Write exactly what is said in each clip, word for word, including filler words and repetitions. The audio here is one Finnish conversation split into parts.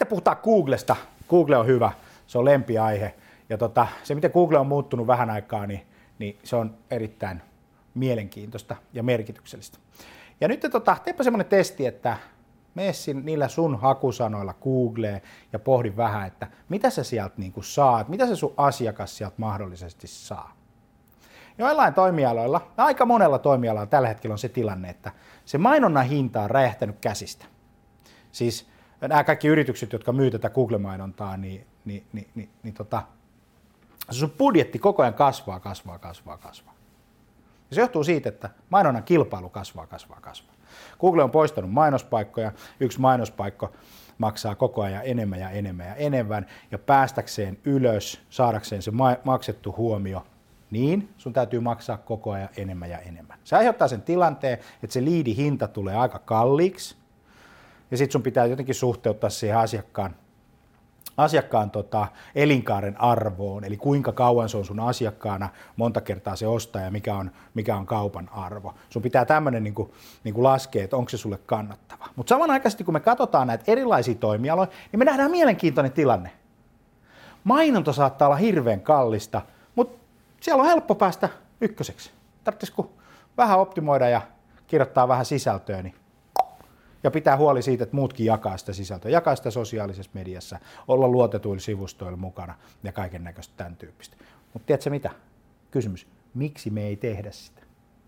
Sitten puhutaan Googlesta. Google on hyvä, se on lempiaihe. Ja tota, se, miten Google on muuttunut vähän aikaa, niin, niin se on erittäin mielenkiintoista ja merkityksellistä. Ja nyt tota, teepä semmoinen testi, että mene niillä sun hakusanoilla Googleen ja pohdi vähän, että mitä sä sieltä niinku saat, mitä se sun asiakas sieltä mahdollisesti saa. Joillain toimialoilla, aika monella toimialalla tällä hetkellä on se tilanne, että se mainonnan hinta on räjähtänyt käsistä. Siis nämä kaikki yritykset, jotka myy tätä Google-mainontaa, niin, niin, niin, niin, niin tota, se sun budjetti koko ajan kasvaa, kasvaa, kasvaa, kasvaa. Ja se johtuu siitä, että mainonnan kilpailu kasvaa, kasvaa, kasvaa. Google on poistanut mainospaikkoja, yksi mainospaikka maksaa koko ajan enemmän ja enemmän ja enemmän, ja päästäkseen ylös, saadakseen se ma- maksettu huomio, niin sun täytyy maksaa koko ajan enemmän ja enemmän. Se aiheuttaa sen tilanteen, että se liidihinta tulee aika kalliiksi, ja sitten sun pitää jotenkin suhteuttaa siihen asiakkaan, asiakkaan tota, elinkaaren arvoon, eli kuinka kauan se on sun asiakkaana, monta kertaa se ostaa ja mikä on, mikä on kaupan arvo. Sun pitää tämmöinen niinku, niinku laskea, että onko se sulle kannattava. Mutta samanaikaisesti, kun me katsotaan näitä erilaisia toimialoja, niin me nähdään mielenkiintoinen tilanne. Mainonta saattaa olla hirveän kallista, mutta siellä on helppo päästä ykköseksi. Tarvitsisiko vähän optimoida ja kirjoittaa vähän sisältöä, niin ja pitää huoli siitä, että muutkin jakaa sitä sisältöä, jakaa sitä sosiaalisessa mediassa, olla luotetuilla sivustoilla mukana ja kaiken näköistä tämän tyyppistä. Mutta tiedätkö mitä? Kysymys, miksi me ei tehdä sitä?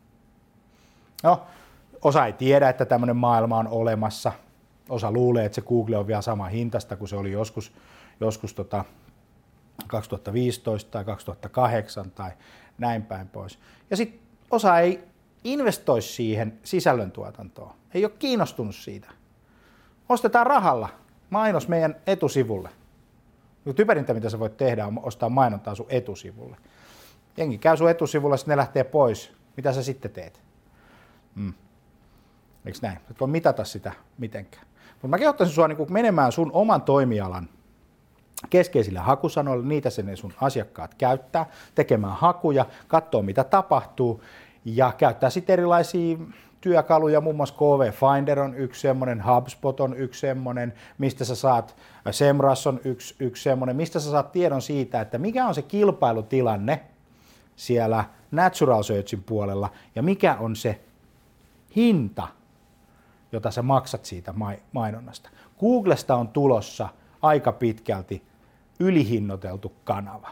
No, osa ei tiedä, että tämmöinen maailma on olemassa. Osa luulee, että se Google on vielä sama hintasta kuin se oli joskus, joskus tota kaksituhattaviisitoista tai kaksituhattakahdeksan tai näin päin pois. Ja sitten osa ei investoisi siihen sisällöntuotantoon. Ei ole kiinnostunut siitä. Ostetaan rahalla mainos meidän etusivulle. Typerintä, mitä sä voit tehdä, on ostaa mainontaa sun etusivulle. Jengi käy sun etusivulle, sitten ne lähtee pois. Mitä sä sitten teet? Mm. Eikö näin? Et voi mitata sitä mitenkään. Mutta mä kehottaisin sua niin menemään sun oman toimialan keskeisillä hakusanoilla, niitä sen sun asiakkaat käyttää, tekemään hakuja, katsoa mitä tapahtuu ja käyttää sitten erilaisia työkaluja, muun muassa K V Finder on yksi semmoinen, HubSpot on yksi semmoinen, mistä sä saat, Semrush on yksi, yksi semmoinen, mistä sä saat tiedon siitä, että mikä on se kilpailutilanne siellä Natural Searchin puolella ja mikä on se hinta, jota sä maksat siitä mainonnasta. Googlesta on tulossa aika pitkälti ylihinnoiteltu kanava.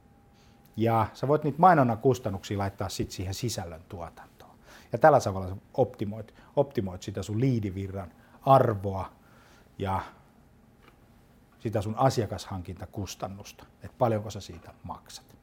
Ja sä voit niitä mainonnan kustannuksia laittaa sit siihen sisällön tuotantoon. Ja tällä tavalla sä optimoit, optimoit sitä sun liidivirran arvoa ja sitä sun asiakashankintakustannusta, että paljonko sä siitä maksat.